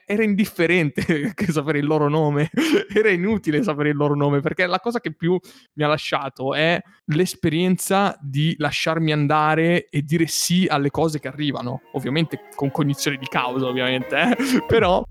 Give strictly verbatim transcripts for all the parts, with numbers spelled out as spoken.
era indifferente che sapere il loro nome, era inutile sapere il loro nome, perché la cosa che più mi ha lasciato è l'esperienza di lasciarmi andare e dire sì alle cose che arrivano, ovviamente con cognizione di causa, ovviamente, eh? Però...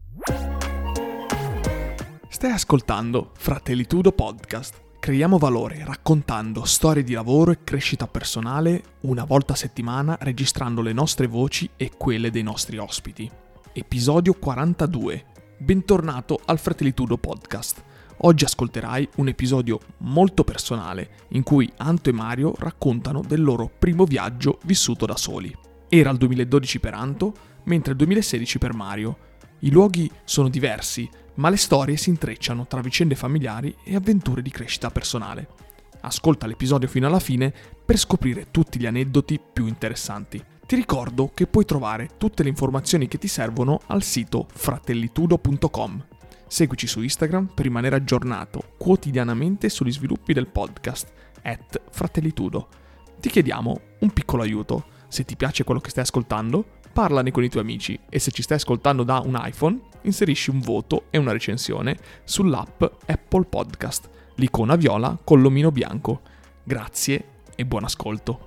Stai ascoltando Fratellitudo Podcast. Creiamo valore raccontando storie di lavoro e crescita personale una volta a settimana, registrando le nostre voci e quelle dei nostri ospiti. Episodio quarantadue. Bentornato al Fratellitudo Podcast. Oggi ascolterai un episodio molto personale in cui Anto e Mario raccontano del loro primo viaggio vissuto da soli. Era il duemiladodici per Anto, mentre il duemilasedici per Mario. I luoghi sono diversi, ma le storie si intrecciano tra vicende familiari e avventure di crescita personale. Ascolta l'episodio fino alla fine per scoprire tutti gli aneddoti più interessanti. Ti ricordo che puoi trovare tutte le informazioni che ti servono al sito fratellitudo punto com. Seguici su Instagram per rimanere aggiornato quotidianamente sugli sviluppi del podcast at fratellitudo. Ti chiediamo un piccolo aiuto. Se ti piace quello che stai ascoltando, parlane con i tuoi amici e se ci stai ascoltando da un iPhone, inserisci un voto e una recensione sull'app Apple Podcast, l'icona viola con l'omino bianco. Grazie e buon ascolto.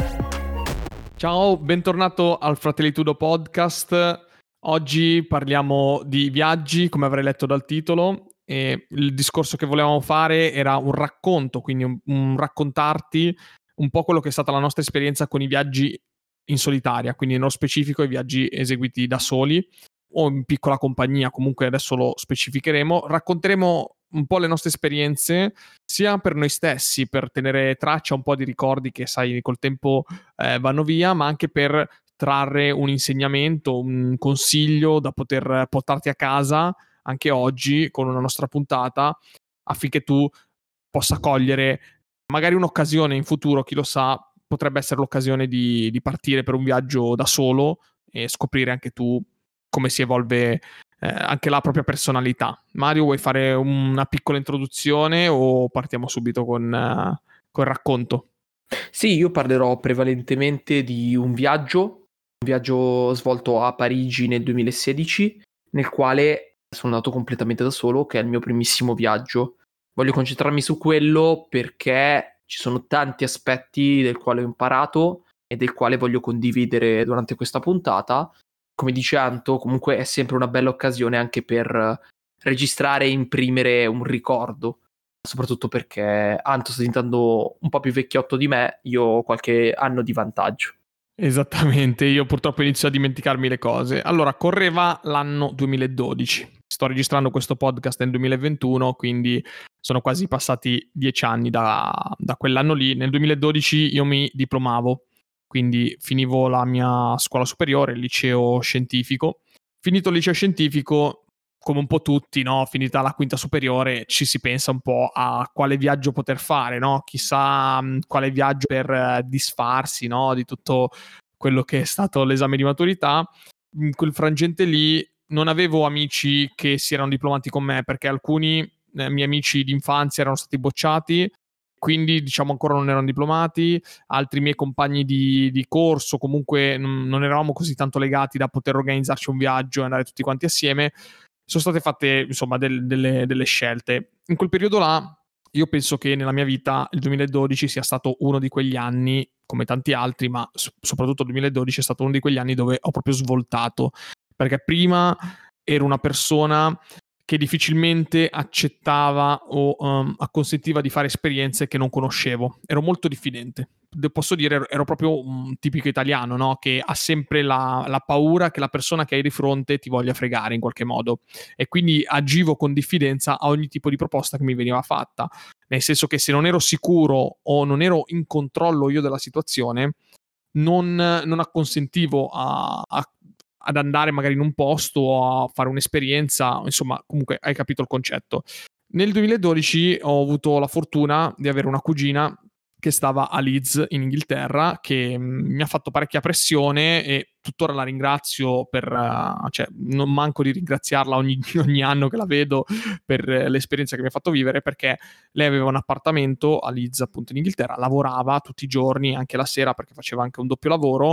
Ciao, bentornato al Fratellitudo Podcast. Oggi parliamo di viaggi, come avrei letto dal titolo, e il discorso che volevamo fare era un racconto, quindi un, un raccontarti un po' quello che è stata la nostra esperienza con i viaggi in solitaria, quindi nello specifico i viaggi eseguiti da soli o in piccola compagnia, comunque adesso lo specificheremo. Racconteremo un po' le nostre esperienze sia per noi stessi, per tenere traccia un po' di ricordi che sai col tempo eh, vanno via, ma anche per trarre un insegnamento, un consiglio da poter portarti a casa anche oggi con una nostra puntata, affinché tu possa cogliere magari un'occasione in futuro, chi lo sa, potrebbe essere l'occasione di, di partire per un viaggio da solo e scoprire anche tu come si evolve eh, anche la propria personalità. Mario, vuoi fare una piccola introduzione o partiamo subito con, uh, con il racconto? Sì, io parlerò prevalentemente di un viaggio, un viaggio svolto a Parigi nel duemilasedici, nel quale sono andato completamente da solo, che è il mio primissimo viaggio. Voglio concentrarmi su quello perché ci sono tanti aspetti del quale ho imparato e del quale voglio condividere durante questa puntata. Come dice Anto, comunque è sempre una bella occasione anche per registrare e imprimere un ricordo, soprattutto perché Anto sta diventando un po' più vecchiotto di me, io ho qualche anno di vantaggio. Esattamente, io purtroppo inizio a dimenticarmi le cose. Allora, correva l'anno duemiladodici. Sto registrando questo podcast nel duemilaventuno, quindi sono quasi passati dieci anni da, da quell'anno lì. Nel duemiladodici io mi diplomavo, quindi finivo la mia scuola superiore, il liceo scientifico. Finito il liceo scientifico, come un po' tutti, no? Finita la quinta superiore, ci si pensa un po' a quale viaggio poter fare, no? Chissà mh, quale viaggio per eh, disfarsi, no? Di tutto quello che è stato l'esame di maturità. In quel frangente lì non avevo amici che si erano diplomati con me, perché alcuni eh, miei amici d'infanzia erano stati bocciati, quindi diciamo ancora non erano diplomati, altri miei compagni di, di corso comunque non, non eravamo così tanto legati da poter organizzarci un viaggio e andare tutti quanti assieme. Sono state fatte insomma del, delle, delle scelte. In quel periodo là io penso che nella mia vita il duemiladodici sia stato uno di quegli anni, come tanti altri, ma so- soprattutto il duemiladodici è stato uno di quegli anni dove ho proprio svoltato, perché prima ero una persona che difficilmente accettava o um, acconsentiva di fare esperienze che non conoscevo. Ero molto diffidente. Posso dire, ero, ero proprio un tipico italiano, no? Che ha sempre la, la paura che la persona che hai di fronte ti voglia fregare in qualche modo. E quindi agivo con diffidenza a ogni tipo di proposta che mi veniva fatta. Nel senso che se non ero sicuro o non ero in controllo io della situazione, non, non acconsentivo a, a ad andare magari in un posto o a fare un'esperienza, insomma, comunque hai capito il concetto. Nel duemiladodici ho avuto la fortuna di avere una cugina che stava a Leeds in Inghilterra, che mh, mi ha fatto parecchia pressione e tuttora la ringrazio per, uh, cioè non manco di ringraziarla ogni, ogni anno che la vedo per uh, l'esperienza che mi ha fatto vivere, perché lei aveva un appartamento a Leeds, appunto in Inghilterra, lavorava tutti i giorni, anche la sera, perché faceva anche un doppio lavoro,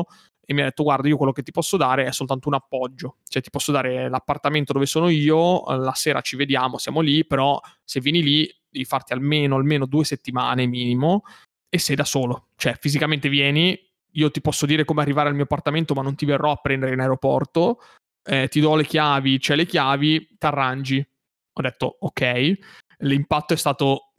e mi ha detto guarda, io quello che ti posso dare è soltanto un appoggio, cioè ti posso dare l'appartamento dove sono io, la sera ci vediamo, siamo lì, però se vieni lì devi farti almeno almeno due settimane minimo e sei da solo, cioè fisicamente vieni, io ti posso dire come arrivare al mio appartamento ma non ti verrò a prendere in aeroporto, eh, ti do le chiavi, c'è le chiavi, t'arrangi. Ho detto ok, l'impatto è stato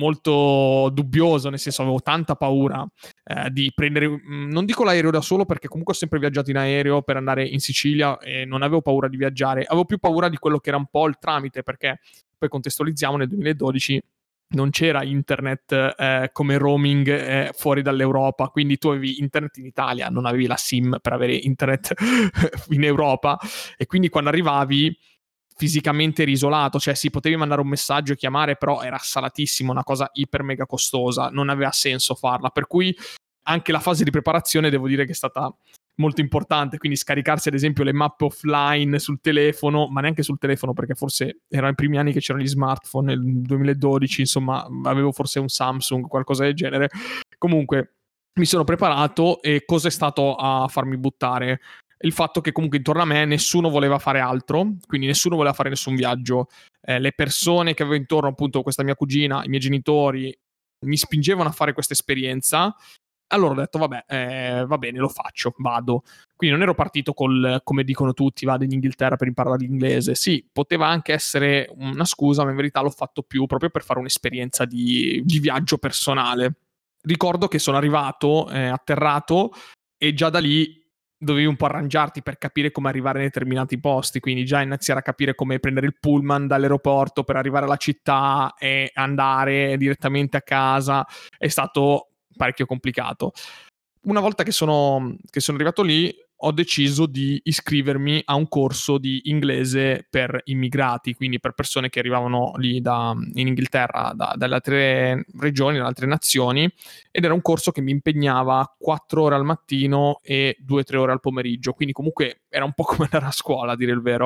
molto dubbioso, nel senso avevo tanta paura eh, di prendere, non dico l'aereo da solo perché comunque ho sempre viaggiato in aereo per andare in Sicilia e non avevo paura di viaggiare, avevo più paura di quello che era un po' il tramite, perché poi contestualizziamo, nel duemiladodici non c'era internet eh, come roaming eh, fuori dall'Europa, quindi tu avevi internet in Italia, non avevi la SIM per avere internet in Europa, e quindi quando arrivavi fisicamente eri isolato, cioè sì, potevi mandare un messaggio e chiamare, però era salatissimo, una cosa iper mega costosa, non aveva senso farla, per cui anche la fase di preparazione devo dire che è stata molto importante, quindi scaricarsi ad esempio le mappe offline sul telefono, ma neanche sul telefono perché forse erano i primi anni che c'erano gli smartphone, nel duemiladodici, insomma avevo forse un Samsung, qualcosa del genere. Comunque mi sono preparato, e cosa è stato a farmi buttare? Il fatto che comunque intorno a me nessuno voleva fare altro, quindi nessuno voleva fare nessun viaggio. Eh, le persone che avevo intorno, appunto questa mia cugina, i miei genitori, mi spingevano a fare questa esperienza. Allora ho detto vabbè, eh, va bene, lo faccio, vado. Quindi non ero partito col, come dicono tutti, vado in Inghilterra per imparare l'inglese. Sì, poteva anche essere una scusa, ma in verità l'ho fatto più proprio per fare un'esperienza di, di viaggio personale. Ricordo che sono arrivato, eh, atterrato, e già da lì dovevi un po' arrangiarti per capire come arrivare in determinati posti, quindi già iniziare a capire come prendere il pullman dall'aeroporto per arrivare alla città e andare direttamente a casa è stato parecchio complicato. Una volta che sono, che sono arrivato lì, ho deciso di iscrivermi a un corso di inglese per immigrati, quindi per persone che arrivavano lì da, in Inghilterra da, dalle altre regioni, dalle altre nazioni, ed era un corso che mi impegnava quattro ore al mattino e due o tre ore al pomeriggio, quindi comunque era un po' come andare a scuola, a dire il vero.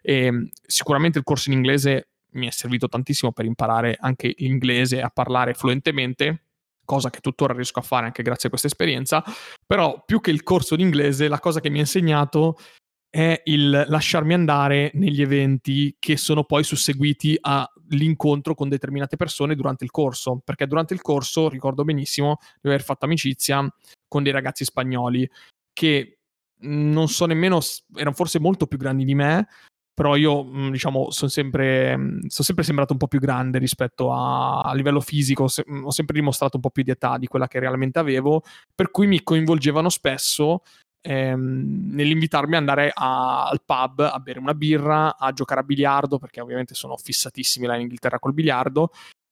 E sicuramente il corso in inglese mi è servito tantissimo per imparare anche l'inglese, a parlare fluentemente, cosa che tuttora riesco a fare anche grazie a questa esperienza. Però più che il corso d'inglese, la cosa che mi ha insegnato è il lasciarmi andare negli eventi che sono poi susseguiti all'incontro con determinate persone durante il corso, perché durante il corso ricordo benissimo di aver fatto amicizia con dei ragazzi spagnoli che non so nemmeno, erano forse molto più grandi di me, però io diciamo sono sempre sono sempre sembrato un po' più grande rispetto a, a livello fisico, se, ho sempre dimostrato un po' più di età di quella che realmente avevo, per cui mi coinvolgevano spesso ehm, nell'invitarmi ad andare a, al pub a bere una birra, a giocare a biliardo, perché ovviamente sono fissatissimi là in Inghilterra col biliardo.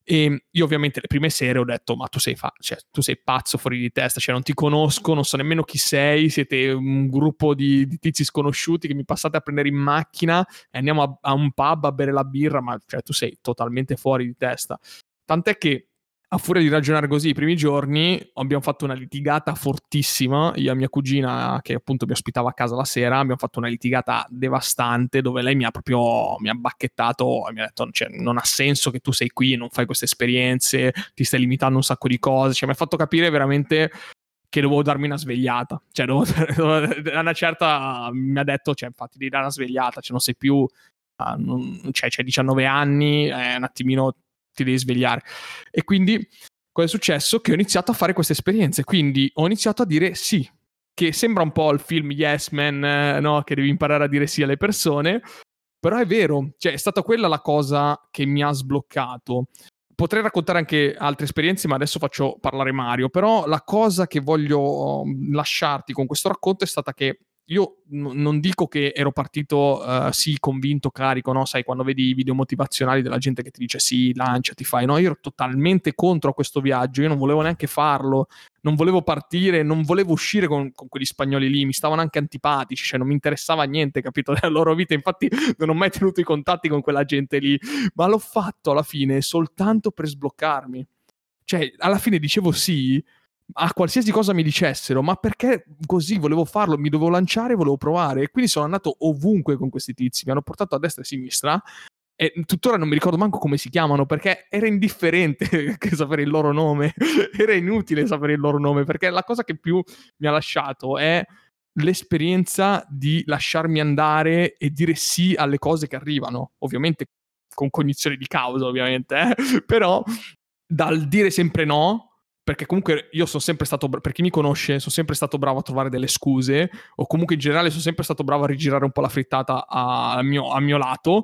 E io ovviamente le prime sere ho detto ma tu sei, fa- cioè, tu sei pazzo, fuori di testa, cioè non ti conosco, non so nemmeno chi sei, siete un gruppo di, di tizi sconosciuti che mi passate a prendere in macchina e andiamo a, a un pub a bere la birra, ma cioè, tu sei totalmente fuori di testa. Tant'è che a furia di ragionare così i primi giorni abbiamo fatto una litigata fortissima, io e mia cugina che appunto mi ospitava a casa la sera, abbiamo fatto una litigata devastante dove lei mi ha proprio mi ha bacchettato e mi ha detto cioè, non ha senso che tu sei qui e non fai queste esperienze, ti stai limitando un sacco di cose, cioè mi ha fatto capire veramente che dovevo darmi una svegliata, cioè dovevo, dovevo, una certa mi ha detto cioè infatti devi dare una svegliata, cioè non sei più uh, non, cioè c'hai diciannove anni, è un attimino ti devi svegliare. E quindi cosa è successo? Che ho iniziato a fare queste esperienze, quindi ho iniziato a dire sì, che sembra un po' il film Yes Man, eh, no? Che devi imparare a dire sì alle persone, però è vero, cioè è stata quella la cosa che mi ha sbloccato. Potrei raccontare anche altre esperienze, ma adesso faccio parlare Mario, però la cosa che voglio lasciarti con questo racconto è stata che io n- non dico che ero partito uh, sì, convinto, carico, no? Sai, quando vedi i video motivazionali della gente che ti dice sì, lanciati, fai, no? Io ero totalmente contro a questo viaggio, io non volevo neanche farlo, non volevo partire, non volevo uscire con, con quegli spagnoli lì, mi stavano anche antipatici, cioè non mi interessava niente, capito, della loro vita, infatti non ho mai tenuto i contatti con quella gente lì, ma l'ho fatto alla fine soltanto per sbloccarmi. Cioè, alla fine dicevo sì a qualsiasi cosa mi dicessero, ma perché così volevo farlo, mi dovevo lanciare, volevo provare, e quindi sono andato ovunque con questi tizi, mi hanno portato a destra e a sinistra e tuttora non mi ricordo manco come si chiamano perché era indifferente che sapere il loro nome, era inutile sapere il loro nome, perché la cosa che più mi ha lasciato è l'esperienza di lasciarmi andare e dire sì alle cose che arrivano, ovviamente con cognizione di causa, ovviamente, eh? Però dal dire sempre no, perché comunque io sono sempre stato, per chi mi conosce, sono sempre stato bravo a trovare delle scuse, o comunque in generale sono sempre stato bravo a rigirare un po' la frittata a, a, mio, a mio lato,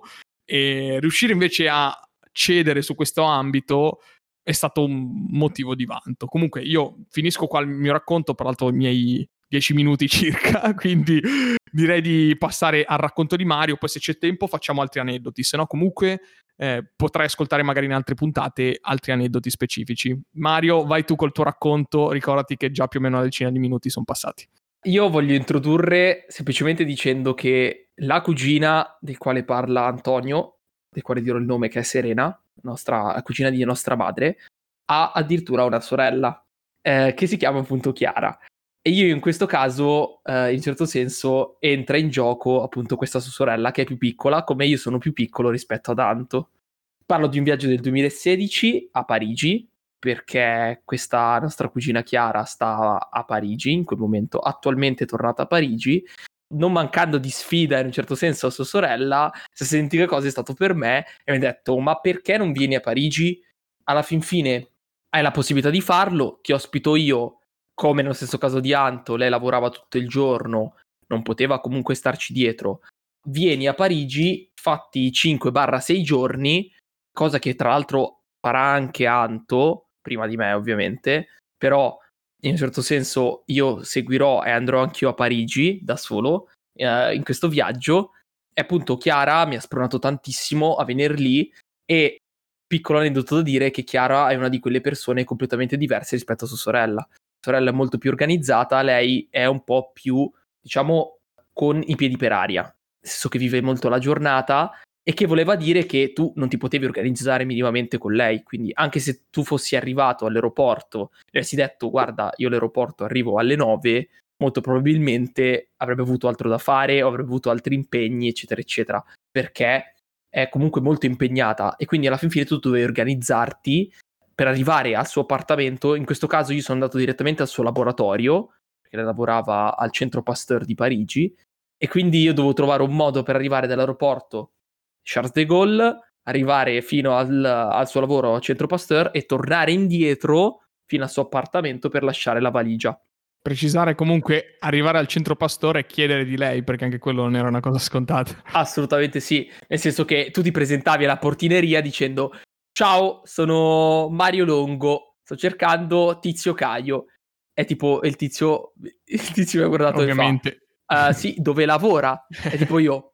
e riuscire invece a cedere su questo ambito è stato un motivo di vanto. Comunque io finisco qua il mio racconto, peraltro i miei dieci minuti circa, quindi direi di passare al racconto di Mario, poi se c'è tempo facciamo altri aneddoti, se no comunque eh, potrai ascoltare magari in altre puntate altri aneddoti specifici. Mario, vai tu col tuo racconto, ricordati che già più o meno una decina di minuti sono passati. Io voglio introdurre semplicemente dicendo che la cugina del quale parla Antonio, del quale dirò il nome, che è Serena, nostra, la cugina di nostra madre, ha addirittura una sorella eh, che si chiama appunto Chiara. E io in questo caso, eh, in certo senso, entra in gioco appunto questa sua sorella che è più piccola, come io sono più piccolo rispetto ad Anto. Parlo di un viaggio del duemilasedici a Parigi, perché questa nostra cugina Chiara sta a Parigi in quel momento, attualmente è tornata a Parigi, non mancando di sfida in un certo senso a sua sorella, se senti che cosa è stato per me, e mi ha detto: ma perché non vieni a Parigi? Alla fin fine hai la possibilità di farlo, ti ospito io, come nello stesso caso di Anto, lei lavorava tutto il giorno, non poteva comunque starci dietro, vieni a Parigi, fatti cinque sei giorni, cosa che tra l'altro farà anche Anto, prima di me ovviamente, però in un certo senso io seguirò e andrò anch'io a Parigi da solo eh, in questo viaggio, e appunto Chiara mi ha spronato tantissimo a venire lì. E piccolo aneddoto da dire che Chiara è una di quelle persone completamente diverse rispetto a sua sorella. Sua sorella è molto più organizzata, lei è un po' più, diciamo, con i piedi per aria, nel senso che vive molto la giornata, e che voleva dire che tu non ti potevi organizzare minimamente con lei, quindi anche se tu fossi arrivato all'aeroporto e avessi detto: guarda, io all'aeroporto arrivo alle nove, molto probabilmente avrebbe avuto altro da fare o avrebbe avuto altri impegni, eccetera eccetera, perché è comunque molto impegnata, e quindi alla fin fine tu dovevi organizzarti per arrivare al suo appartamento. In questo caso io sono andato direttamente al suo laboratorio, perché lei lavorava al Centro Pasteur di Parigi, e quindi io dovevo trovare un modo per arrivare dall'aeroporto Charles de Gaulle, arrivare fino al, al suo lavoro al Centro Pasteur e tornare indietro fino al suo appartamento per lasciare la valigia. Precisare comunque, arrivare al Centro Pastore e chiedere di lei, perché anche quello non era una cosa scontata. Assolutamente sì, nel senso che tu ti presentavi alla portineria dicendo: ciao, sono Mario Longo, sto cercando Tizio Caio. È tipo il tizio, il tizio mi ha guardato Ovviamente. e fa: uh, sì, dove lavora? È tipo io,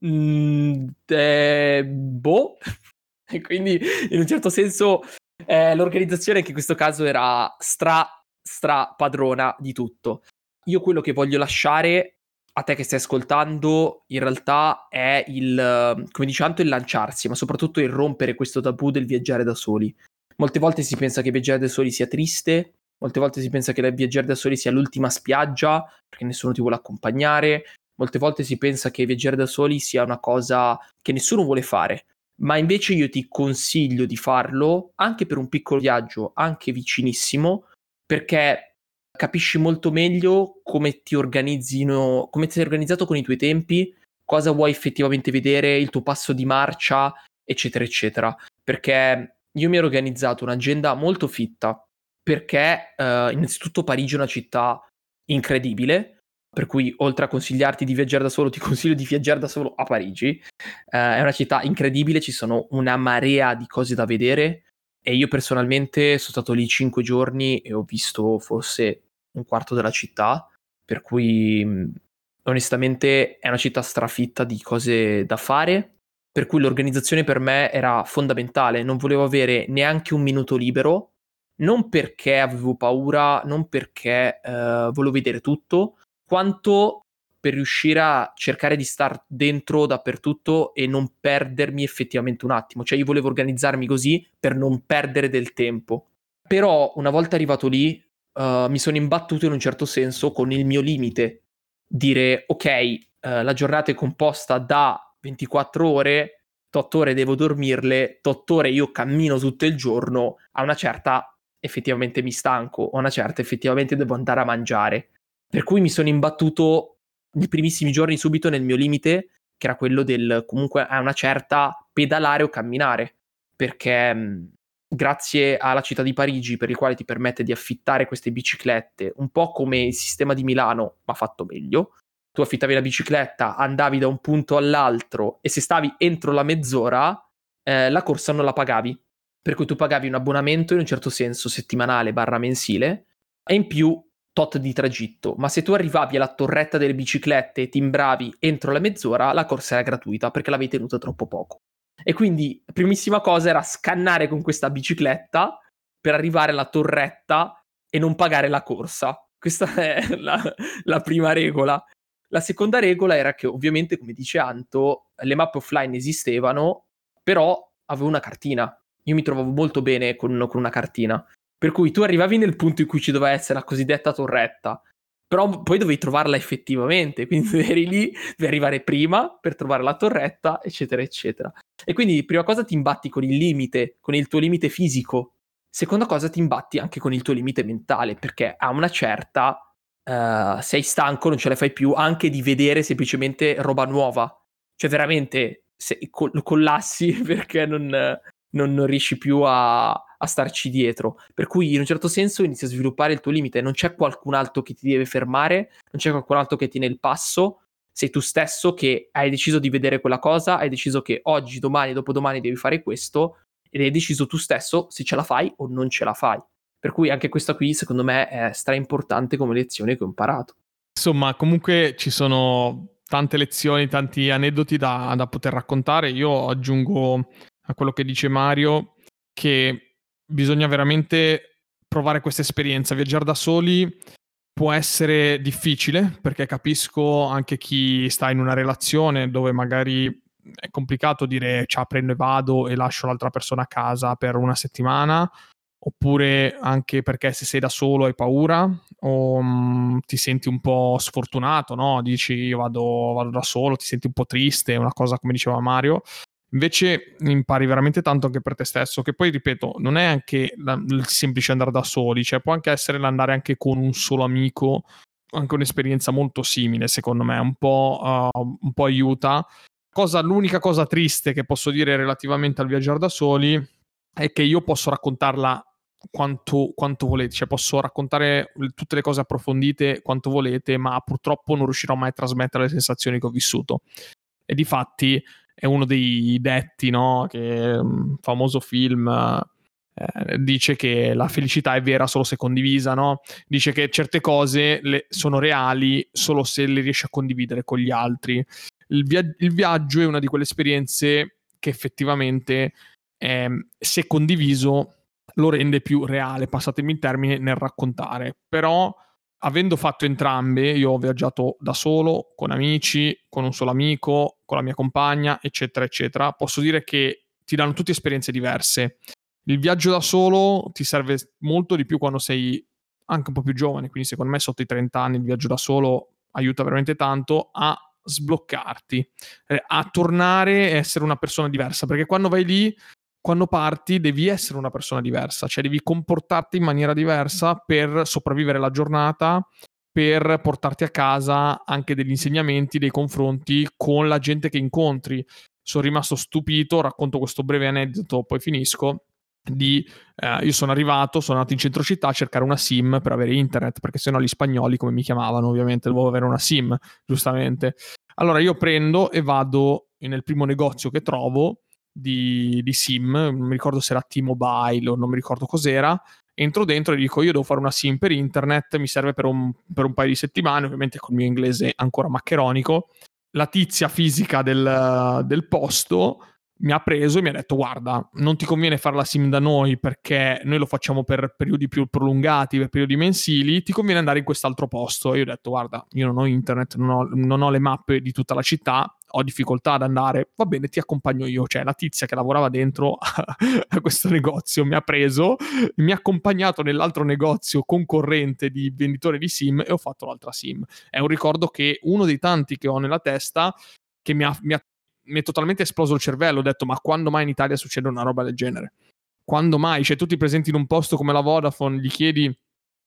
mm, eh, boh. E quindi in un certo senso eh, l'organizzazione anche in questo caso era stra stra padrona di tutto. Io quello che voglio lasciare a te che stai ascoltando in realtà è il, come dice Anto, il lanciarsi, ma soprattutto il rompere questo tabù del viaggiare da soli. Molte volte si pensa che viaggiare da soli sia triste, molte volte si pensa che viaggiare da soli sia l'ultima spiaggia perché nessuno ti vuole accompagnare, molte volte si pensa che viaggiare da soli sia una cosa che nessuno vuole fare, ma invece io ti consiglio di farlo anche per un piccolo viaggio, anche vicinissimo, perché capisci molto meglio come ti organizzino, come ti sei organizzato con i tuoi tempi, cosa vuoi effettivamente vedere, il tuo passo di marcia, eccetera eccetera. Perché io mi ero organizzato un'agenda molto fitta, perché eh, innanzitutto Parigi è una città incredibile, per cui oltre a consigliarti di viaggiare da solo ti consiglio di viaggiare da solo a Parigi. Eh, è una città incredibile, ci sono una marea di cose da vedere, e io personalmente sono stato lì cinque giorni e ho visto forse un quarto della città, per cui mh, onestamente è una città strafitta di cose da fare, per cui l'organizzazione per me era fondamentale. Non volevo avere neanche un minuto libero, non perché avevo paura, non perché eh, volevo vedere tutto, quanto per riuscire a cercare di star dentro dappertutto e non perdermi effettivamente un attimo. Cioè io volevo organizzarmi così per non perdere del tempo. Però una volta arrivato lì uh, mi sono imbattuto in un certo senso con il mio limite. Dire ok, uh, la giornata è composta da ventiquattro ore, otto ore devo dormirle, otto ore io cammino tutto il giorno, a una certa effettivamente mi stanco, a una certa effettivamente devo andare a mangiare. Per cui mi sono imbattuto nei primissimi giorni subito nel mio limite, che era quello del comunque a una certa pedalare o camminare, perché mh, grazie alla città di Parigi, per il quale ti permette di affittare queste biciclette, un po' come il sistema di Milano, ma fatto meglio. Tu affittavi la bicicletta, andavi da un punto all'altro e se stavi entro la mezz'ora, eh, la corsa non la pagavi. Per cui tu pagavi un abbonamento in un certo senso settimanale barra mensile e in più tot di tragitto. Ma se tu arrivavi alla torretta delle biciclette e timbravi entro la mezz'ora, la corsa era gratuita perché l'avevi tenuta troppo poco. E quindi primissima cosa era scannare con questa bicicletta per arrivare alla torretta e non pagare la corsa. Questa è la, la prima regola. La seconda regola era che ovviamente, come dice Anto, le mappe offline esistevano, però avevo una cartina. Io mi trovavo molto bene con, con una cartina. Per cui tu arrivavi nel punto in cui ci doveva essere la cosiddetta torretta, però poi dovevi trovarla effettivamente, quindi eri lì, devi arrivare prima per trovare la torretta, eccetera, eccetera. E quindi prima cosa ti imbatti con il limite, con il tuo limite fisico. Seconda cosa ti imbatti anche con il tuo limite mentale, perché a una certa uh, sei stanco, non ce la fai più, anche di vedere semplicemente roba nuova. Cioè veramente se, col, collassi perché non, non, non riesci più a, a starci dietro. Per cui in un certo senso inizi a sviluppare il tuo limite. Non c'è qualcun altro che ti deve fermare, non c'è qualcun altro che tiene il passo. Sei tu stesso che hai deciso di vedere quella cosa, hai deciso che oggi, domani, dopodomani devi fare questo ed hai deciso tu stesso se ce la fai o non ce la fai. Per cui anche questa qui secondo me è stra importante come lezione che ho imparato. Insomma, comunque ci sono tante lezioni, tanti aneddoti da, da poter raccontare. Io aggiungo a quello che dice Mario che bisogna veramente provare questa esperienza. Viaggiare da soli può essere difficile, perché capisco anche chi sta in una relazione dove magari è complicato dire ciao, prendo e vado e lascio l'altra persona a casa per una settimana, oppure anche perché se sei da solo hai paura o mh, ti senti un po' sfortunato, no? Dici io vado, vado da solo, ti senti un po' triste, una cosa come diceva Mario. Invece impari veramente tanto anche per te stesso, che poi ripeto non è anche la, il semplice andare da soli, cioè può anche essere l'andare anche con un solo amico, anche un'esperienza molto simile secondo me, un po', uh, un po' aiuta. Cosa, l'unica cosa triste che posso dire relativamente al viaggiare da soli è che io posso raccontarla quanto, quanto volete, cioè posso raccontare tutte le cose approfondite quanto volete, ma purtroppo non riuscirò mai a trasmettere le sensazioni che ho vissuto. E difatti è uno dei detti, no? Che un famoso film eh, dice che la felicità è vera solo se condivisa, no? Dice che certe cose le, sono reali solo se le riesci a condividere con gli altri. Il, via- il viaggio è una di quelle esperienze che effettivamente eh, se condiviso lo rende più reale, passatemi il termine, nel raccontare. Però avendo fatto entrambe, io ho viaggiato da solo, con amici, con un solo amico, con la mia compagna, eccetera, eccetera. Posso dire che ti danno tutte esperienze diverse. Il viaggio da solo ti serve molto di più quando sei anche un po' più giovane, quindi secondo me sotto i trenta anni il viaggio da solo aiuta veramente tanto a sbloccarti, eh, a tornare a essere una persona diversa, perché quando vai lì, quando parti devi essere una persona diversa, cioè devi comportarti in maniera diversa per sopravvivere la giornata, per portarti a casa anche degli insegnamenti, dei confronti con la gente che incontri. Sono rimasto stupito, racconto questo breve aneddoto, poi finisco, di eh, io sono arrivato, sono andato in centro città a cercare una SIM per avere internet, perché sennò gli spagnoli, come mi chiamavano, ovviamente dovevo avere una SIM, giustamente. Allora io prendo e vado nel primo negozio che trovo Di, di SIM, non mi ricordo se era T-Mobile o non mi ricordo cos'era, entro dentro e dico io devo fare una SIM per internet, mi serve per un, per un paio di settimane, ovviamente col mio inglese ancora maccheronico. La tizia fisica del, del posto mi ha preso e mi ha detto guarda, non ti conviene fare la SIM da noi perché noi lo facciamo per periodi più prolungati, per periodi mensili, ti conviene andare in quest'altro posto. E io ho detto guarda, io non ho internet, non ho, non ho le mappe di tutta la città, ho difficoltà ad andare, va bene, ti accompagno io. Cioè la tizia che lavorava dentro a, a questo negozio mi ha preso, mi ha accompagnato nell'altro negozio concorrente di venditore di SIM e ho fatto l'altra SIM. È un ricordo che uno dei tanti che ho nella testa che mi ha, mi ha mi è totalmente esploso il cervello. Ho detto ma quando mai in Italia succede una roba del genere? Quando mai? Cioè tu ti presenti in un posto come la Vodafone, gli chiedi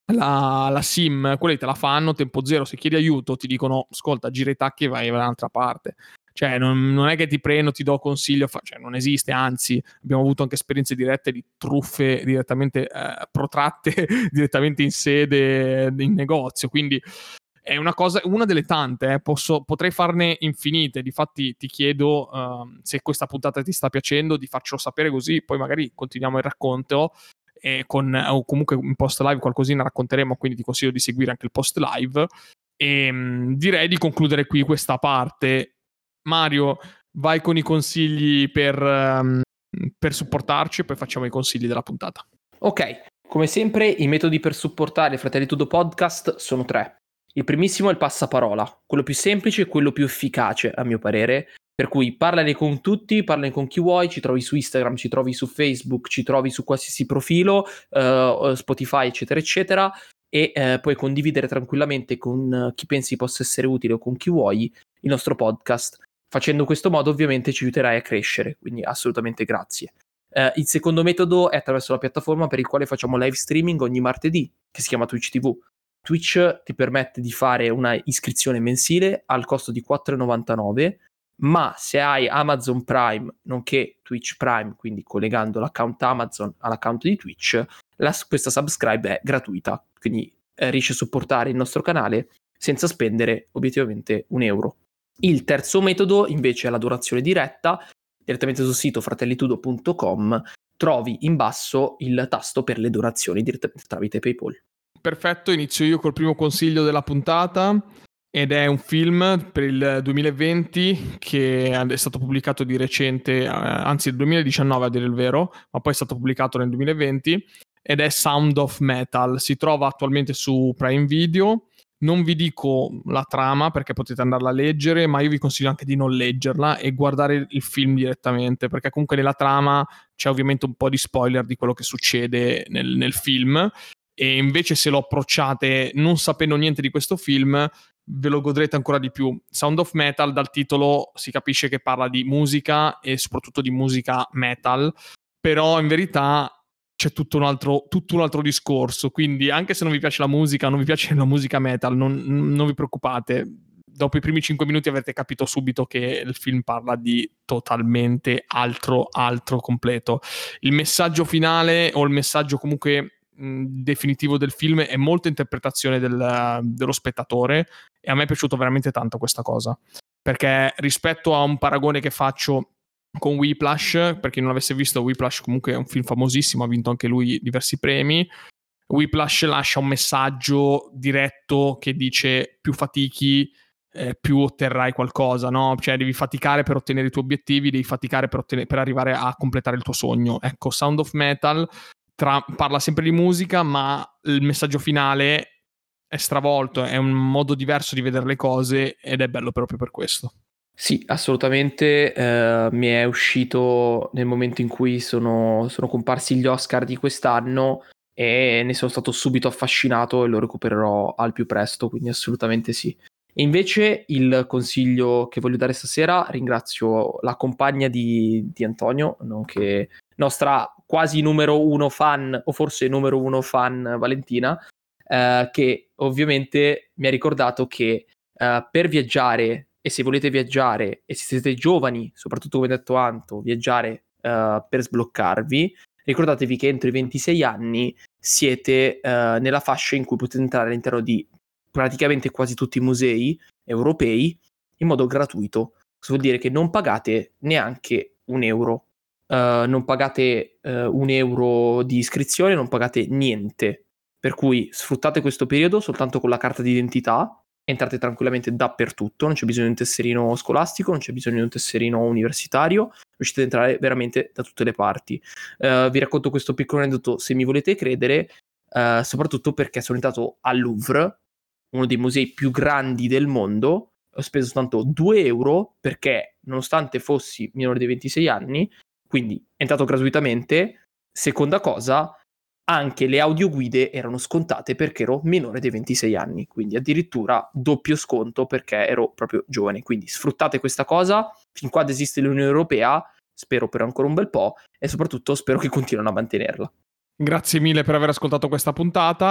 la, la sim, quelli te la fanno, tempo zero, se chiedi aiuto ti dicono ascolta, gira i tacchi e vai da un'altra parte. Cioè non, non è che ti prendo, ti do consiglio, fa, cioè non esiste, anzi abbiamo avuto anche esperienze dirette di truffe direttamente eh, protratte direttamente in sede in negozio, quindi è una cosa, una delle tante, eh. Posso, potrei farne infinite. Difatti ti chiedo uh, se questa puntata ti sta piacendo, di farcelo sapere, così poi magari continuiamo il racconto e con, o comunque in post live qualcosina racconteremo, quindi ti consiglio di seguire anche il post live e um, direi di concludere qui questa parte. Mario, vai con i consigli per, um, per supportarci e poi facciamo i consigli della puntata. Ok, come sempre i metodi per supportare Fratelli Tudo Podcast sono tre. Il primissimo è il passaparola, quello più semplice e quello più efficace a mio parere, per cui parlane con tutti, parlane con chi vuoi, ci trovi su Instagram, ci trovi su Facebook, ci trovi su qualsiasi profilo, uh, Spotify eccetera eccetera, e uh, puoi condividere tranquillamente con uh, chi pensi possa essere utile o con chi vuoi il nostro podcast. Facendo questo modo ovviamente ci aiuterai a crescere, quindi assolutamente grazie. Uh, il secondo metodo è attraverso la piattaforma per il quale facciamo live streaming ogni martedì, che si chiama Twitch ti vu. Twitch ti permette di fare una iscrizione mensile al costo di quattro e novantanove, ma se hai Amazon Prime, nonché Twitch Prime, quindi collegando l'account Amazon all'account di Twitch, la, questa subscribe è gratuita, quindi eh, riesci a supportare il nostro canale senza spendere obiettivamente un euro. Il terzo metodo invece è la donazione diretta, direttamente sul sito fratellitudo punto com trovi in basso il tasto per le donazioni direttamente tramite PayPal. Perfetto, inizio io col primo consiglio della puntata ed è un film per il duemilaventi che è stato pubblicato di recente, anzi il duemiladiciannove a dire il vero, ma poi è stato pubblicato nel duemilaventi ed è Sound of Metal. Si trova attualmente su Prime Video. Non vi dico la trama perché potete andarla a leggere, ma io vi consiglio anche di non leggerla e guardare il film direttamente, perché comunque nella trama c'è ovviamente un po' di spoiler di quello che succede nel, nel film. E invece se lo approcciate non sapendo niente di questo film ve lo godrete ancora di più. Sound of Metal, dal titolo si capisce che parla di musica e soprattutto di musica metal, però in verità c'è tutto un altro, tutto un altro discorso, quindi anche se non vi piace la musica, non vi piace la musica metal, non, non vi preoccupate, dopo i primi cinque minuti avete capito subito che il film parla di totalmente altro, altro completo. Il messaggio finale o il messaggio comunque definitivo del film è molta interpretazione del, dello spettatore e a me è piaciuto veramente tanto questa cosa, perché rispetto a un paragone che faccio con Whiplash, per chi non l'avesse visto, Whiplash comunque è un film famosissimo, ha vinto anche lui diversi premi. Whiplash lascia un messaggio diretto che dice più fatichi eh, più otterrai qualcosa, no? Cioè devi faticare per ottenere i tuoi obiettivi, devi faticare per, ottenere, per arrivare a completare il tuo sogno. Ecco, Sound of Metal Tra, parla sempre di musica, ma il messaggio finale è stravolto, è un modo diverso di vedere le cose ed è bello proprio per questo. Sì, assolutamente, eh, mi è uscito nel momento in cui sono, sono comparsi gli Oscar di quest'anno e ne sono stato subito affascinato e lo recupererò al più presto, quindi assolutamente sì. E invece il consiglio che voglio dare stasera, ringrazio la compagna di, di Antonio, nonché nostra quasi numero uno fan, o forse numero uno fan Valentina, eh, che ovviamente mi ha ricordato che eh, per viaggiare, e se volete viaggiare, e se siete giovani, soprattutto come ha detto Anto, viaggiare eh, per sbloccarvi, ricordatevi che entro i ventisei anni siete eh, nella fascia in cui potete entrare all'interno di praticamente quasi tutti i musei europei in modo gratuito. Questo vuol dire che non pagate neanche un euro. Uh, non pagate uh, un euro di iscrizione, non pagate niente, per cui sfruttate questo periodo soltanto con la carta d'identità, entrate tranquillamente dappertutto, non c'è bisogno di un tesserino scolastico, non c'è bisogno di un tesserino universitario, riuscite ad entrare veramente da tutte le parti. Uh, vi racconto questo piccolo aneddoto se mi volete credere, uh, soprattutto perché sono entrato al Louvre, uno dei musei più grandi del mondo, ho speso soltanto due euro perché nonostante fossi minore di ventisei anni, quindi è entrato gratuitamente. Seconda cosa, anche le audioguide erano scontate perché ero minore dei ventisei anni, quindi addirittura doppio sconto perché ero proprio giovane. Quindi sfruttate questa cosa fin quando esiste l'Unione Europea, spero per ancora un bel po', e soprattutto spero che continuino a mantenerla. Grazie mille per aver ascoltato questa puntata.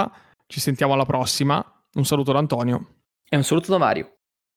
Ci sentiamo alla prossima. Un saluto da Antonio. E un saluto da Mario.